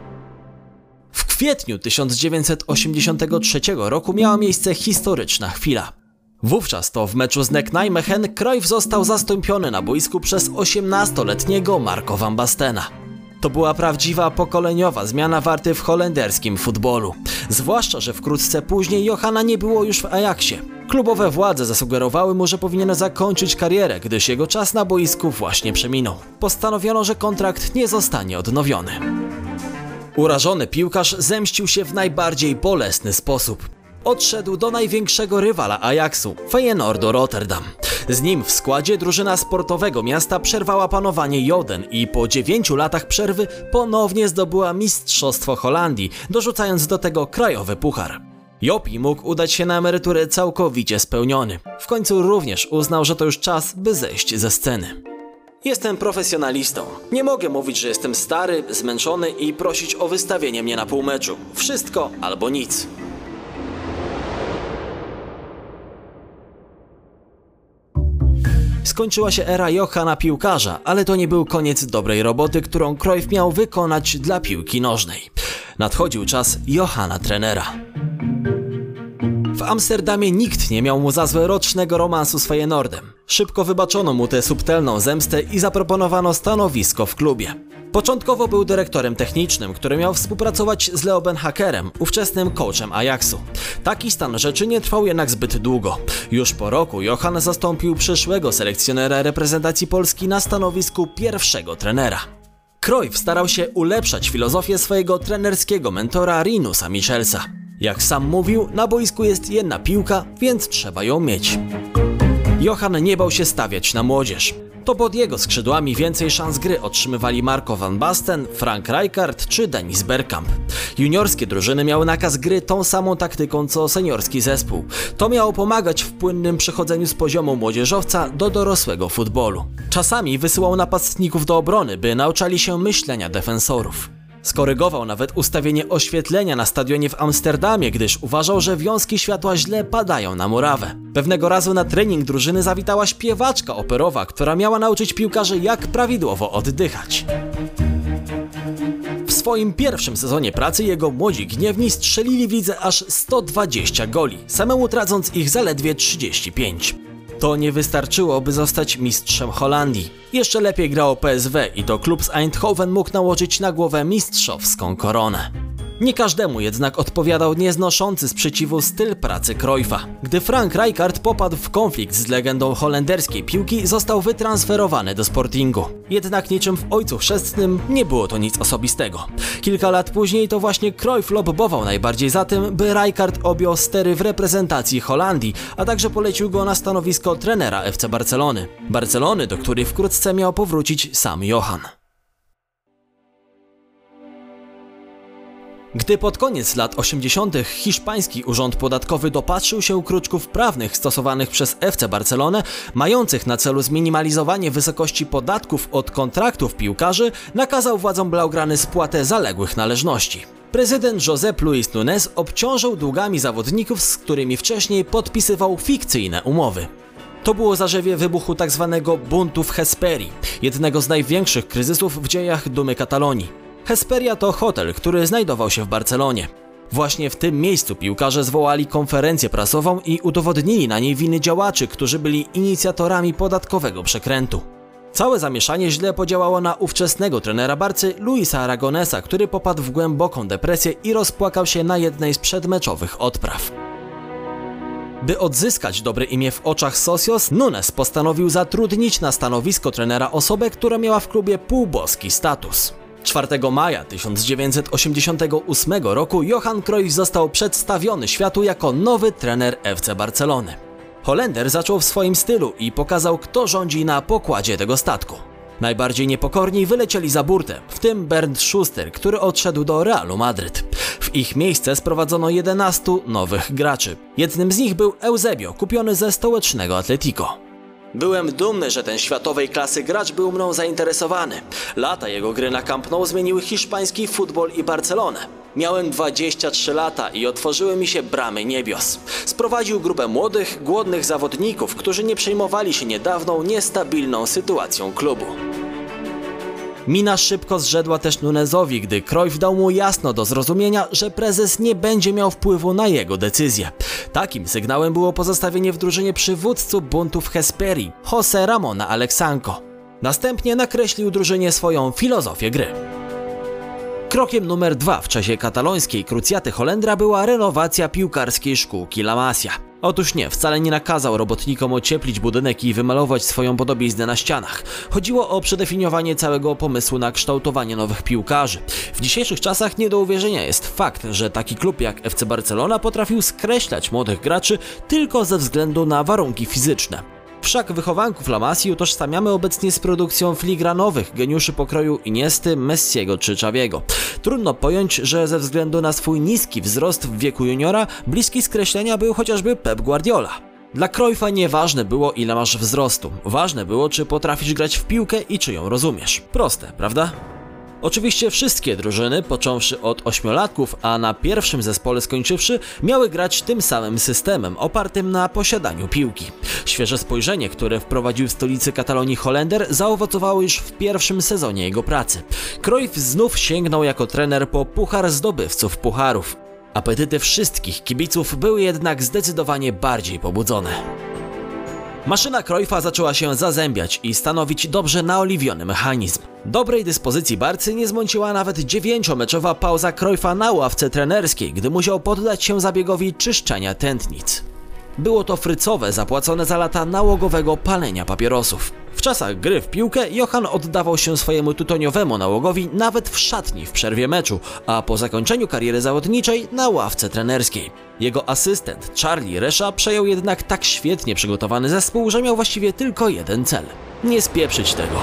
W kwietniu tysiąc dziewięćset osiemdziesiątego trzeciego roku miała miejsce historyczna chwila. Wówczas to w meczu z Neck-Nijmegen Cruyff został zastąpiony na boisku przez osiemnastoletniego Marco van Bastena. To była prawdziwa pokoleniowa zmiana warty w holenderskim futbolu. Zwłaszcza, że wkrótce później Johana nie było już w Ajaxie. Klubowe władze zasugerowały mu, że powinien zakończyć karierę, gdyż jego czas na boisku właśnie przeminął. Postanowiono, że kontrakt nie zostanie odnowiony. Urażony piłkarz zemścił się w najbardziej bolesny sposób. Odszedł do największego rywala Ajaxu, Feyenoordu Rotterdam. Z nim w składzie drużyna sportowego miasta przerwała panowanie Joden i po dziewięciu latach przerwy ponownie zdobyła Mistrzostwo Holandii, dorzucając do tego krajowy puchar. Jopi mógł udać się na emeryturę całkowicie spełniony. W końcu również uznał, że to już czas, by zejść ze sceny. Jestem profesjonalistą. Nie mogę mówić, że jestem stary, zmęczony i prosić o wystawienie mnie na półmeczu. Wszystko albo nic. Skończyła się era Johana piłkarza, ale to nie był koniec dobrej roboty, którą Cruyff miał wykonać dla piłki nożnej. Nadchodził czas Johana trenera. W Amsterdamie nikt nie miał mu za złe rocznego romansu z Feyenoordem. Szybko wybaczono mu tę subtelną zemstę i zaproponowano stanowisko w klubie. Początkowo był dyrektorem technicznym, który miał współpracować z Leo Beenhakerem, ówczesnym coachem Ajaxu. Taki stan rzeczy nie trwał jednak zbyt długo. Już po roku Johan zastąpił przyszłego selekcjonera reprezentacji Polski na stanowisku pierwszego trenera. Cruyff starał się ulepszać filozofię swojego trenerskiego mentora Rinusa Michelsa. Jak sam mówił, na boisku jest jedna piłka, więc trzeba ją mieć. Johan nie bał się stawiać na młodzież. To pod jego skrzydłami więcej szans gry otrzymywali Marco van Basten, Frank Rijkaard czy Dennis Bergkamp. Juniorskie drużyny miały nakaz gry tą samą taktyką co seniorski zespół. To miało pomagać w płynnym przechodzeniu z poziomu młodzieżowca do dorosłego futbolu. Czasami wysyłał napastników do obrony, by nauczali się myślenia defensorów. Skorygował nawet ustawienie oświetlenia na stadionie w Amsterdamie, gdyż uważał, że wiązki światła źle padają na murawę. Pewnego razu na trening drużyny zawitała śpiewaczka operowa, która miała nauczyć piłkarzy, jak prawidłowo oddychać. W swoim pierwszym sezonie pracy jego młodzi gniewni strzelili w lidze aż sto dwadzieścia goli, samemu tracąc ich zaledwie trzydzieści pięć. To nie wystarczyło, by zostać mistrzem Holandii. Jeszcze lepiej grało P S V i to klub z Eindhoven mógł nałożyć na głowę mistrzowską koronę. Nie każdemu jednak odpowiadał nieznoszący sprzeciwu styl pracy Cruyffa. Gdy Frank Rijkaard popadł w konflikt z legendą holenderskiej piłki, został wytransferowany do Sportingu. Jednak niczym w Ojcu Chrzestnym nie było to nic osobistego. Kilka lat później to właśnie Cruyff lobbował najbardziej za tym, by Rijkaard objął stery w reprezentacji Holandii, a także polecił go na stanowisko trenera F C Barcelony. Barcelony, do której wkrótce miał powrócić sam Johan. Gdy pod koniec lat osiemdziesiątych hiszpański urząd podatkowy dopatrzył się kruczków prawnych stosowanych przez F C Barcelonę, mających na celu zminimalizowanie wysokości podatków od kontraktów piłkarzy, nakazał władzom blaugrany spłatę zaległych należności. Prezydent Josep Luis Nunes obciążył długami zawodników, z którymi wcześniej podpisywał fikcyjne umowy. To było zarzewie wybuchu tzw. buntu w Hesperii, jednego z największych kryzysów w dziejach Dumy Katalonii. Hesperia to hotel, który znajdował się w Barcelonie. Właśnie w tym miejscu piłkarze zwołali konferencję prasową i udowodnili na niej winy działaczy, którzy byli inicjatorami podatkowego przekrętu. Całe zamieszanie źle podziałało na ówczesnego trenera Barcy Luisa Aragonesa, który popadł w głęboką depresję i rozpłakał się na jednej z przedmeczowych odpraw. By odzyskać dobre imię w oczach socios, Nunes postanowił zatrudnić na stanowisko trenera osobę, która miała w klubie półboski status. czwartego maja tysiąc dziewięćset osiemdziesiątego ósmego roku Johan Cruyff został przedstawiony światu jako nowy trener F C Barcelony. Holender zaczął w swoim stylu i pokazał, kto rządzi na pokładzie tego statku. Najbardziej niepokorni wylecieli za burtę, w tym Bernd Schuster, który odszedł do Realu Madryt. W ich miejsce sprowadzono jedenastu nowych graczy. Jednym z nich był Eusebio, kupiony ze stołecznego Atletico. Byłem dumny, że ten światowej klasy gracz był mną zainteresowany. Lata jego gry na Camp Nou zmieniły hiszpański futbol i Barcelonę. Miałem dwadzieścia trzy lata i otworzyły mi się bramy niebios. Sprowadził grupę młodych, głodnych zawodników, którzy nie przejmowali się niedawną, niestabilną sytuacją klubu. Mina szybko zrzedła też Nunezowi, gdy Cruyff dał mu jasno do zrozumienia, że prezes nie będzie miał wpływu na jego decyzje. Takim sygnałem było pozostawienie w drużynie przywódcy buntu w Hesperii, José Ramona Alexanco. Następnie nakreślił drużynie swoją filozofię gry. Krokiem numer dwa w czasie katalońskiej krucjaty Holendra była renowacja piłkarskiej szkółki La Masia. Otóż nie, wcale nie nakazał robotnikom ocieplić budynek i wymalować swoją podobiznę na ścianach. Chodziło o przedefiniowanie całego pomysłu na kształtowanie nowych piłkarzy. W dzisiejszych czasach nie do uwierzenia jest fakt, że taki klub jak F C Barcelona potrafił skreślać młodych graczy tylko ze względu na warunki fizyczne. Wszak wychowanków La Masii utożsamiamy obecnie z produkcją filigranowych geniuszy pokroju Iniesty, Messiego czy Xaviego. Trudno pojąć, że ze względu na swój niski wzrost w wieku juniora bliski skreślenia był chociażby Pep Guardiola. Dla Cruyffa nieważne było, ile masz wzrostu. Ważne było, czy potrafisz grać w piłkę i czy ją rozumiesz. Proste, prawda? Oczywiście wszystkie drużyny, począwszy od ośmiolatków, a na pierwszym zespole skończywszy, miały grać tym samym systemem, opartym na posiadaniu piłki. Świeże spojrzenie, które wprowadził w stolicy Katalonii Holender, zaowocowało już w pierwszym sezonie jego pracy. Cruyff znów sięgnął jako trener po puchar zdobywców pucharów. Apetyty wszystkich kibiców były jednak zdecydowanie bardziej pobudzone. Maszyna Cruyffa zaczęła się zazębiać i stanowić dobrze naoliwiony mechanizm. Dobrej dyspozycji Barcy nie zmąciła nawet dziewięciomeczowa pauza Cruyffa na ławce trenerskiej, gdy musiał poddać się zabiegowi czyszczenia tętnic. Było to frycowe, zapłacone za lata nałogowego palenia papierosów. W czasach gry w piłkę Johan oddawał się swojemu tytoniowemu nałogowi nawet w szatni w przerwie meczu, a po zakończeniu kariery zawodniczej na ławce trenerskiej. Jego asystent Charlie Resha przejął jednak tak świetnie przygotowany zespół, że miał właściwie tylko jeden cel – nie spieprzyć tego.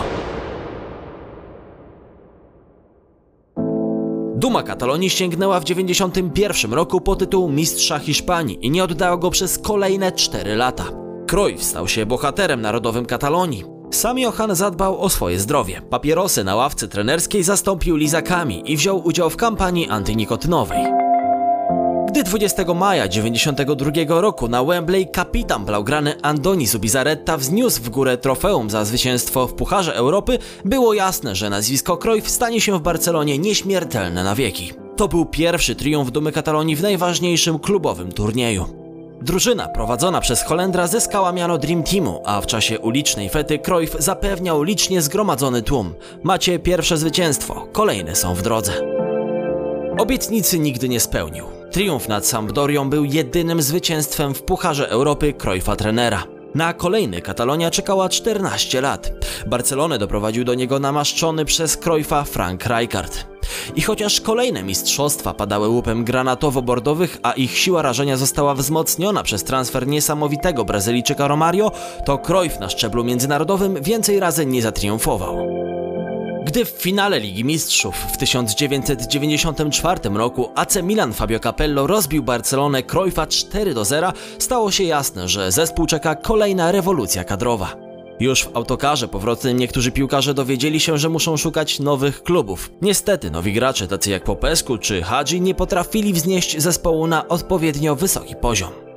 Duma Katalonii sięgnęła w dziewięćdziesiątym pierwszym roku po tytuł mistrza Hiszpanii i nie oddała go przez kolejne cztery lata. Cruyff stał się bohaterem narodowym Katalonii. Sam Johan zadbał o swoje zdrowie. Papierosy na ławce trenerskiej zastąpił lizakami i wziął udział w kampanii antynikotynowej. Gdy dwudziestego maja dziewięćdziesiątego drugiego roku na Wembley kapitan blaugrany Andoni Zubizarreta wzniósł w górę trofeum za zwycięstwo w Pucharze Europy, było jasne, że nazwisko Cruyff stanie się w Barcelonie nieśmiertelne na wieki. To był pierwszy triumf Dumy Katalonii w najważniejszym klubowym turnieju. Drużyna prowadzona przez Holendra zyskała miano Dream Teamu, a w czasie ulicznej fety Cruyff zapewniał licznie zgromadzony tłum: macie pierwsze zwycięstwo, kolejne są w drodze. Obietnicy nigdy nie spełnił. Triumf nad Sampdorią był jedynym zwycięstwem w Pucharze Europy Cruyffa trenera. Na kolejny Katalonia czekała czternaście lat. Barcelonę doprowadził do niego namaszczony przez Cruyffa Frank Rijkaard. I chociaż kolejne mistrzostwa padały łupem granatowo-bordowych, a ich siła rażenia została wzmocniona przez transfer niesamowitego Brazylijczyka Romario, to Cruyff na szczeblu międzynarodowym więcej razy nie zatriumfował. Gdy w finale Ligi Mistrzów w tysiąc dziewięćset dziewięćdziesiątym czwartym roku A C Milan Fabio Capello rozbił Barcelonę Cruyffa cztery do zera, stało się jasne, że zespół czeka kolejna rewolucja kadrowa. Już w autokarze powrotnym niektórzy piłkarze dowiedzieli się, że muszą szukać nowych klubów. Niestety nowi gracze tacy jak Popescu czy Hadji nie potrafili wznieść zespołu na odpowiednio wysoki poziom.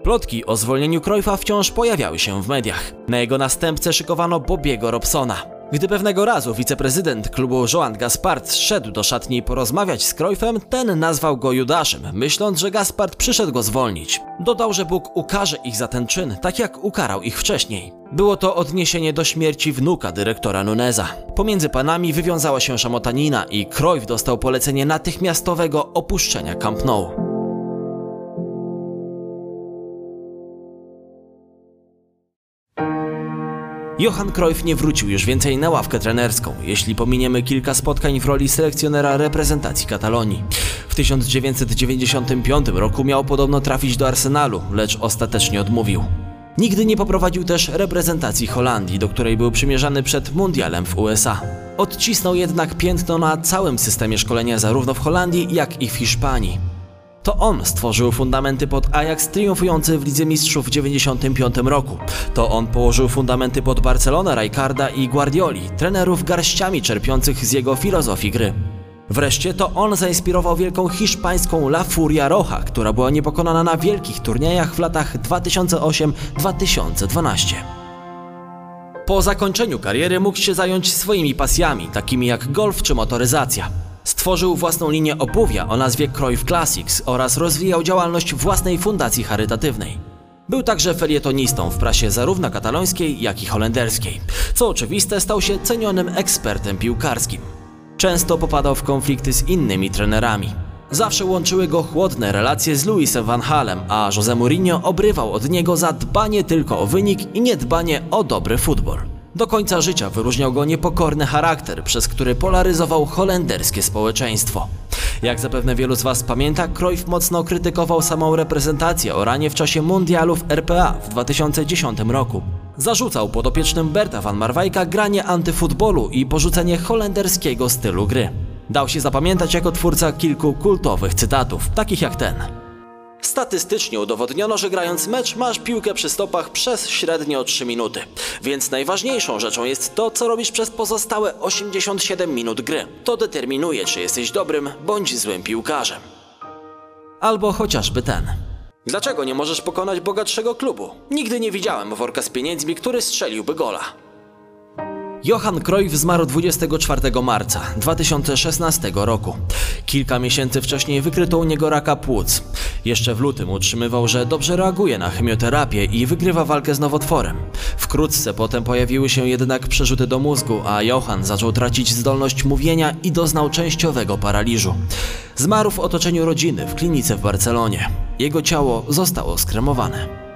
Plotki o zwolnieniu Cruyffa wciąż pojawiały się w mediach. Na jego następcę szykowano Bobbiego Robsona. Gdy pewnego razu wiceprezydent klubu Joan Gaspard szedł do szatni porozmawiać z Cruyffem, ten nazwał go Judaszem, myśląc, że Gaspard przyszedł go zwolnić. Dodał, że Bóg ukarze ich za ten czyn, tak jak ukarał ich wcześniej. Było to odniesienie do śmierci wnuka dyrektora Nuneza. Pomiędzy panami wywiązała się szamotanina i Cruyff dostał polecenie natychmiastowego opuszczenia Camp Nou. Johan Cruyff nie wrócił już więcej na ławkę trenerską, jeśli pominiemy kilka spotkań w roli selekcjonera reprezentacji Katalonii. W tysiąc dziewięćset dziewięćdziesiątym piątym roku miał podobno trafić do Arsenalu, lecz ostatecznie odmówił. Nigdy nie poprowadził też reprezentacji Holandii, do której był przymierzany przed mundialem w U S A. Odcisnął jednak piętno na całym systemie szkolenia zarówno w Holandii, jak i w Hiszpanii. To on stworzył fundamenty pod Ajax triumfujący w Lidze Mistrzów w dziewięćdziesiątym piątym roku. To on położył fundamenty pod Barcelonę Rijkaarda i Guardioli, trenerów garściami czerpiących z jego filozofii gry. Wreszcie to on zainspirował wielką hiszpańską La Furia Roja, która była niepokonana na wielkich turniejach w latach dwa tysiące ósmym do dwa tysiące dwunastego. Po zakończeniu kariery mógł się zająć swoimi pasjami, takimi jak golf czy motoryzacja. Stworzył własną linię obuwia o nazwie Cruyff Classics oraz rozwijał działalność własnej fundacji charytatywnej. Był także felietonistą w prasie zarówno katalońskiej, jak i holenderskiej. Co oczywiste, stał się cenionym ekspertem piłkarskim. Często popadał w konflikty z innymi trenerami. Zawsze łączyły go chłodne relacje z Louisem van Gaalem, a José Mourinho obrywał od niego za dbanie tylko o wynik i niedbanie o dobry futbol. Do końca życia wyróżniał go niepokorny charakter, przez który polaryzował holenderskie społeczeństwo. Jak zapewne wielu z Was pamięta, Cruyff mocno krytykował samą reprezentację Oranie w czasie mundialu w R P A w dwa tysiące dziesiątym roku. Zarzucał podopiecznym Berta van Marwijka granie antyfutbolu i porzucenie holenderskiego stylu gry. Dał się zapamiętać jako twórca kilku kultowych cytatów, takich jak ten. Statystycznie udowodniono, że grając mecz masz piłkę przy stopach przez średnio trzy minuty. Więc najważniejszą rzeczą jest to, co robisz przez pozostałe osiemdziesiąt siedem minut gry. To determinuje, czy jesteś dobrym bądź złym piłkarzem. Albo chociażby ten. Dlaczego nie możesz pokonać bogatszego klubu? Nigdy nie widziałem worka z pieniędzmi, który strzeliłby gola. Johan Cruyff zmarł dwudziestego czwartego marca dwa tysiące szesnastego roku. Kilka miesięcy wcześniej wykryto u niego raka płuc. Jeszcze w lutym utrzymywał, że dobrze reaguje na chemioterapię i wygrywa walkę z nowotworem. Wkrótce potem pojawiły się jednak przerzuty do mózgu, a Johan zaczął tracić zdolność mówienia i doznał częściowego paraliżu. Zmarł w otoczeniu rodziny w klinice w Barcelonie. Jego ciało zostało skremowane.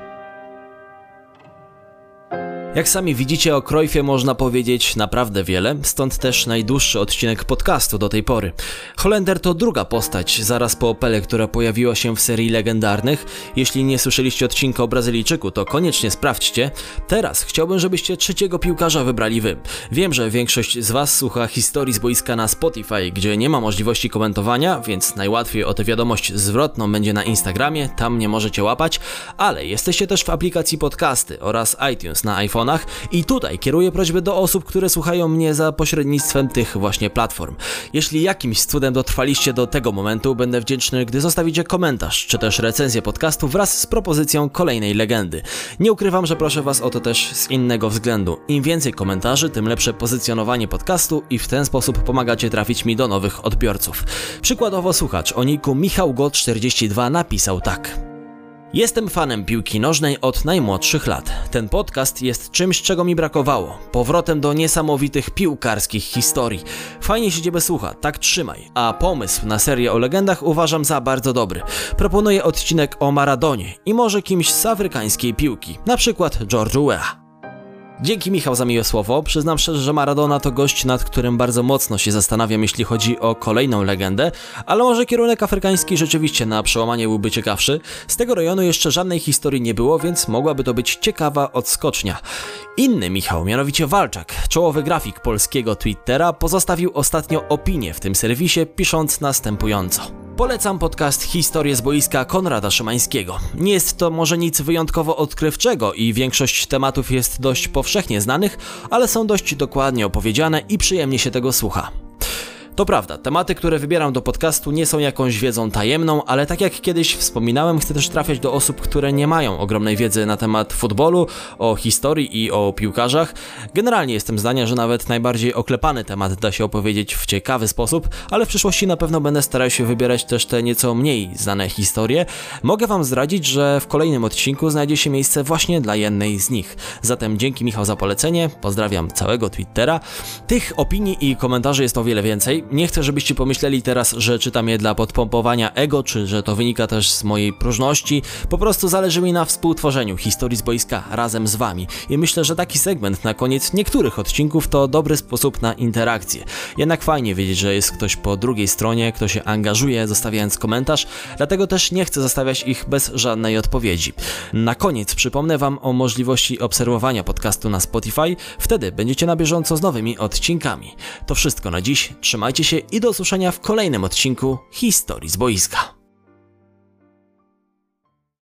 Jak sami widzicie, o Cruyffie można powiedzieć naprawdę wiele, stąd też najdłuższy odcinek podcastu do tej pory. Holender to druga postać zaraz po Pele, która pojawiła się w serii legendarnych. Jeśli nie słyszeliście odcinka o Brazylijczyku, to koniecznie sprawdźcie. Teraz chciałbym, żebyście trzeciego piłkarza wybrali wy. Wiem, że większość z Was słucha historii z boiska na Spotify, gdzie nie ma możliwości komentowania, więc najłatwiej o tę wiadomość zwrotną będzie na Instagramie, tam nie możecie łapać, ale jesteście też w aplikacji podcasty oraz iTunes na iPhone. I tutaj kieruję prośbę do osób, które słuchają mnie za pośrednictwem tych właśnie platform. Jeśli jakimś cudem dotrwaliście do tego momentu, będę wdzięczny, gdy zostawicie komentarz, czy też recenzję podcastu wraz z propozycją kolejnej legendy. Nie ukrywam, że proszę Was o to też z innego względu. Im więcej komentarzy, tym lepsze pozycjonowanie podcastu i w ten sposób pomagacie trafić mi do nowych odbiorców. Przykładowo słuchacz o niku Michał Go czterdzieści dwa napisał tak. Jestem fanem piłki nożnej od najmłodszych lat. Ten podcast jest czymś, czego mi brakowało. Powrotem do niesamowitych piłkarskich historii. Fajnie się Ciebie słucha, tak trzymaj. A pomysł na serię o legendach uważam za bardzo dobry. Proponuję odcinek o Maradonie i może kimś z afrykańskiej piłki, na przykład George'u Weah. Dzięki Michał za miłe słowo. Przyznam szczerze, że Maradona to gość, nad którym bardzo mocno się zastanawiam, jeśli chodzi o kolejną legendę, ale może kierunek afrykański rzeczywiście na przełamanie byłby ciekawszy. Z tego rejonu jeszcze żadnej historii nie było, więc mogłaby to być ciekawa odskocznia. Inny Michał, mianowicie Walczak, czołowy grafik polskiego Twittera, pozostawił ostatnio opinię w tym serwisie, pisząc następująco. Polecam podcast Historie z boiska Konrada Szymańskiego. Nie jest to może nic wyjątkowo odkrywczego i większość tematów jest dość powszechnie znanych, ale są dość dokładnie opowiedziane i przyjemnie się tego słucha. To prawda, tematy, które wybieram do podcastu nie są jakąś wiedzą tajemną, ale tak jak kiedyś wspominałem, chcę też trafiać do osób, które nie mają ogromnej wiedzy na temat futbolu, o historii i o piłkarzach. Generalnie jestem zdania, że nawet najbardziej oklepany temat da się opowiedzieć w ciekawy sposób, ale w przyszłości na pewno będę starał się wybierać też te nieco mniej znane historie. Mogę wam zdradzić, że w kolejnym odcinku znajdzie się miejsce właśnie dla jednej z nich. Zatem dzięki Michał za polecenie, pozdrawiam całego Twittera. Tych opinii i komentarzy jest o wiele więcej. Nie chcę, żebyście pomyśleli teraz, że czytam je dla podpompowania ego, czy że to wynika też z mojej próżności. Po prostu zależy mi na współtworzeniu historii z boiska razem z wami. I myślę, że taki segment na koniec niektórych odcinków to dobry sposób na interakcję. Jednak fajnie wiedzieć, że jest ktoś po drugiej stronie, kto się angażuje, zostawiając komentarz, dlatego też nie chcę zostawiać ich bez żadnej odpowiedzi. Na koniec przypomnę wam o możliwości obserwowania podcastu na Spotify, wtedy będziecie na bieżąco z nowymi odcinkami. To wszystko na dziś, trzymajcie się i do usłyszenia w kolejnym odcinku Historii z boiska.